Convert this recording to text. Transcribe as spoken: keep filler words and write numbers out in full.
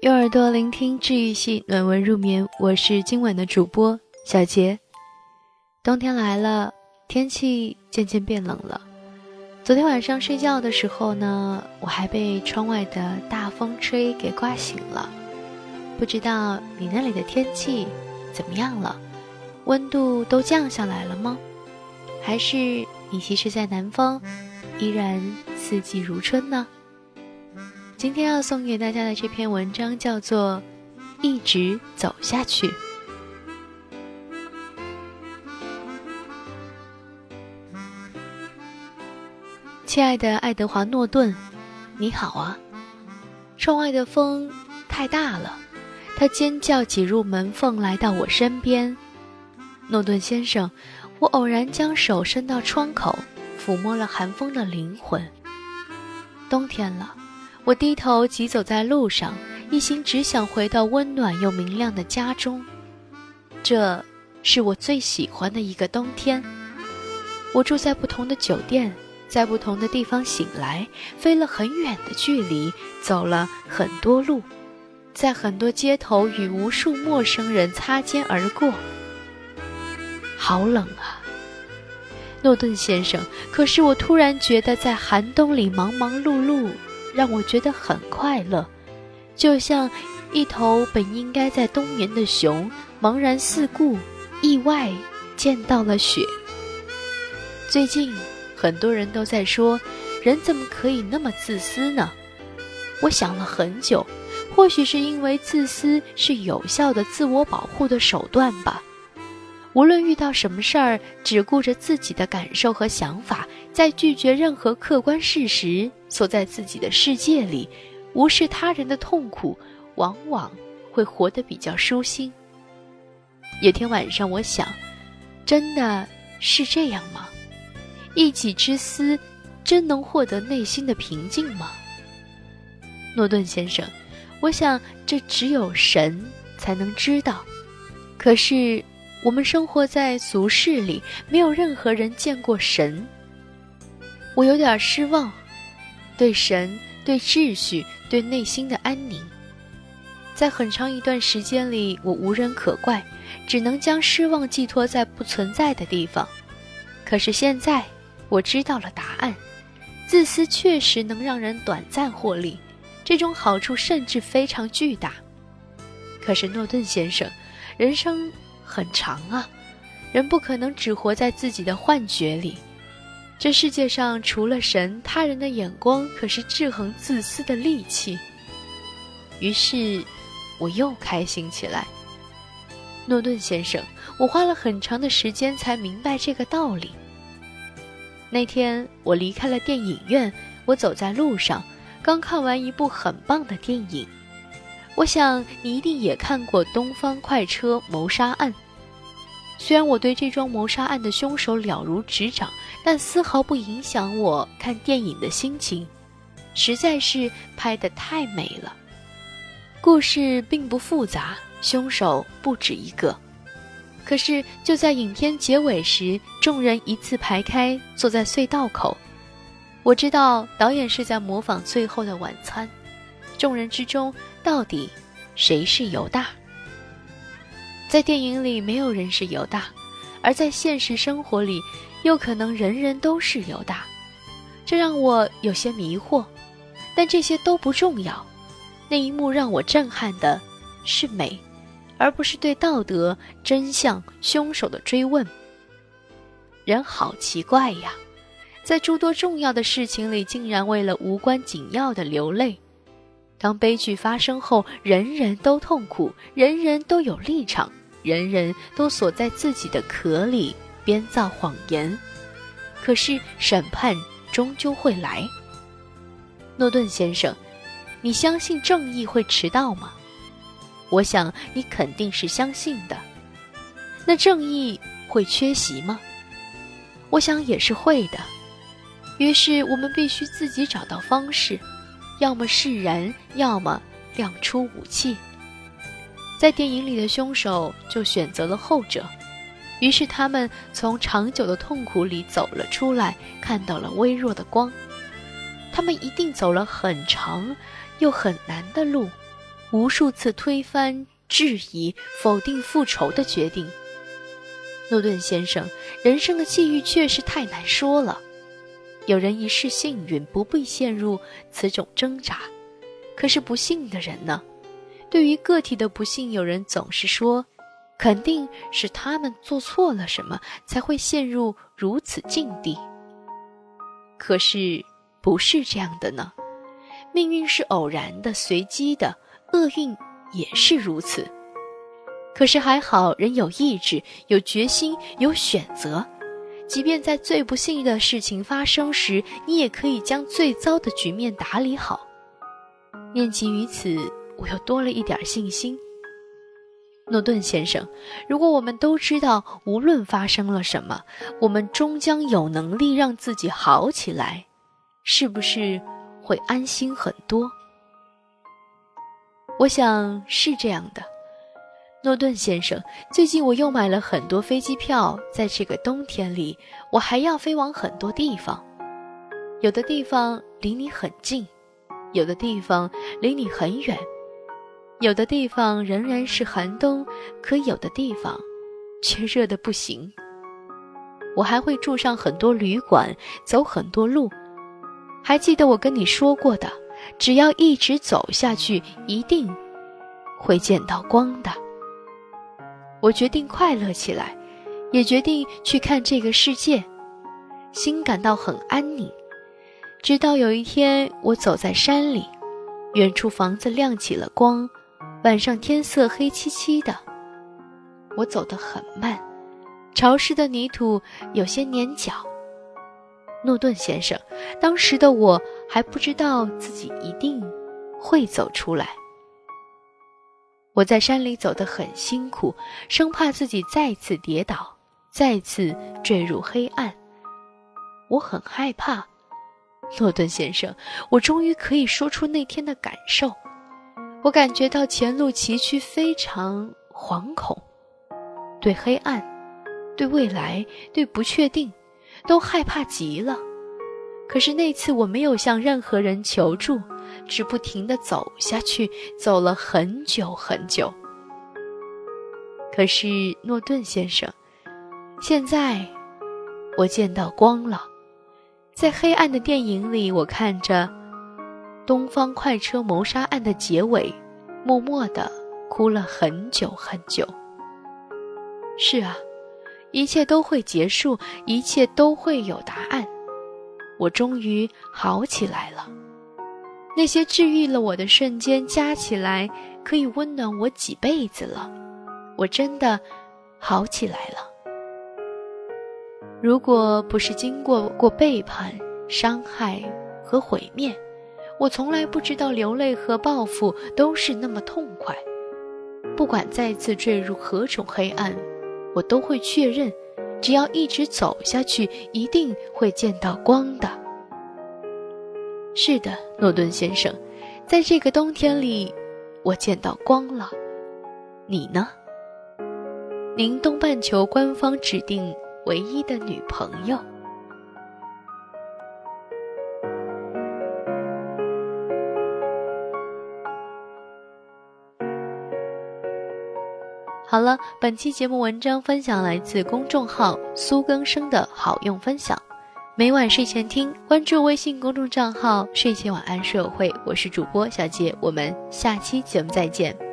用耳朵聆听治愈系暖文入眠，我是今晚的主播小杰。冬天来了，天气渐渐变冷了。昨天晚上睡觉的时候呢，我还被窗外的大风吹给刮醒了。不知道你那里的天气怎么样了？温度都降下来了吗？还是你其实在南方依然四季如春呢？今天要送给大家的这篇文章叫做《一直走下去》。亲爱的爱德华·诺顿，你好啊！窗外的风太大了，他尖叫挤入门缝来到我身边。诺顿先生，我偶然将手伸到窗口，抚摸了寒风的灵魂。冬天了，我低头疾走在路上，一心只想回到温暖又明亮的家中。这是我最喜欢的一个冬天。我住在不同的酒店，在不同的地方醒来，飞了很远的距离，走了很多路，在很多街头与无数陌生人擦肩而过。好冷啊，诺顿先生，可是我突然觉得在寒冬里忙忙碌碌让我觉得很快乐，就像一头本应该在冬眠的熊茫然四顾，意外见到了雪。最近很多人都在说，人怎么可以那么自私呢？我想了很久，或许是因为自私是有效的自我保护的手段吧。无论遇到什么事儿，只顾着自己的感受和想法，在拒绝任何客观事实，缩在自己的世界里，无视他人的痛苦，往往会活得比较舒心。有天晚上我想，真的是这样吗？一己之私真能获得内心的平静吗？诺顿先生，我想这只有神才能知道。可是我们生活在俗世里，没有任何人见过神。我有点失望，对神，对秩序，对内心的安宁。在很长一段时间里，我无人可怪，只能将失望寄托在不存在的地方。可是现在我知道了答案，自私确实能让人短暂获利，这种好处甚至非常巨大。可是诺顿先生，人生很长啊，人不可能只活在自己的幻觉里。这世界上除了神，他人的眼光可是制衡自私的利器。于是我又开心起来。诺顿先生，我花了很长的时间才明白这个道理。那天我离开了电影院，我走在路上，刚看完一部很棒的电影。我想你一定也看过《东方快车谋杀案》。虽然我对这桩谋杀案的凶手了如指掌，但丝毫不影响我看电影的心情，实在是拍得太美了。故事并不复杂，凶手不止一个。可是就在影片结尾时，众人一字排开，坐在隧道口。我知道导演是在模仿《最后的晚餐》，众人之中到底谁是犹大？在电影里没有人是犹大，而在现实生活里又可能人人都是犹大，这让我有些迷惑。但这些都不重要，那一幕让我震撼的是美，而不是对道德、真相、凶手的追问。人好奇怪呀，在诸多重要的事情里，竟然为了无关紧要的流泪。当悲剧发生后，人人都痛苦，人人都有立场，人人都锁在自己的壳里编造谎言。可是审判终究会来。诺顿先生，你相信正义会迟到吗？我想你肯定是相信的。那正义会缺席吗？我想也是会的。于是我们必须自己找到方式，要么释然，要么亮出武器。在电影里的凶手就选择了后者，于是他们从长久的痛苦里走了出来，看到了微弱的光。他们一定走了很长又很难的路， 无数次推翻、质疑、否定复仇的决定。诺顿先生，人生的际遇确实太难说了。有人一世幸运，不必陷入此种挣扎，可是不幸的人呢？对于个体的不幸，有人总是说，肯定是他们做错了什么，才会陷入如此境地。可是不是这样的呢？命运是偶然的、随机的，厄运也是如此。可是还好，人有意志、有决心、有选择，即便在最不幸的事情发生时，你也可以将最糟的局面打理好。念及于此，我又多了一点信心。诺顿先生，如果我们都知道无论发生了什么，我们终将有能力让自己好起来，是不是会安心很多？我想是这样的。诺顿先生，最近我又买了很多飞机票，在这个冬天里，我还要飞往很多地方。有的地方离你很近，有的地方离你很远，有的地方仍然是寒冬，可有的地方却热得不行。我还会住上很多旅馆，走很多路。还记得我跟你说过的，只要一直走下去，一定会见到光的。我决定快乐起来，也决定去看这个世界，心感到很安宁。直到有一天，我走在山里，远处房子亮起了光，晚上天色黑漆漆的。我走得很慢，潮湿的泥土有些粘脚。诺顿先生，当时的我还不知道自己一定会走出来。我在山里走得很辛苦，生怕自己再次跌倒，再次坠入黑暗。我很害怕。诺顿先生，我终于可以说出那天的感受。我感觉到前路崎岖，非常惶恐，对黑暗，对未来，对不确定，都害怕极了。可是那次我没有向任何人求助，只不停地走下去，走了很久很久。可是诺顿先生，现在我见到光了。在黑暗的电影里，我看着东方快车谋杀案的结尾，默默地哭了很久很久。是啊，一切都会结束，一切都会有答案。我终于好起来了。那些治愈了我的瞬间加起来，可以温暖我几辈子了。我真的好起来了。如果不是经过过背叛、伤害和毁灭，我从来不知道流泪和报复都是那么痛快。不管再次坠入何种黑暗，我都会确认，只要一直走下去，一定会见到光的。是的，诺顿先生，在这个冬天里，我见到光了。你呢？您东半球官方指定唯一的女朋友。好了，本期节目文章分享来自公众号苏更生的好用分享。每晚睡前听，关注微信公众账号睡前晚安书友会，我是主播小杰，我们下期节目再见。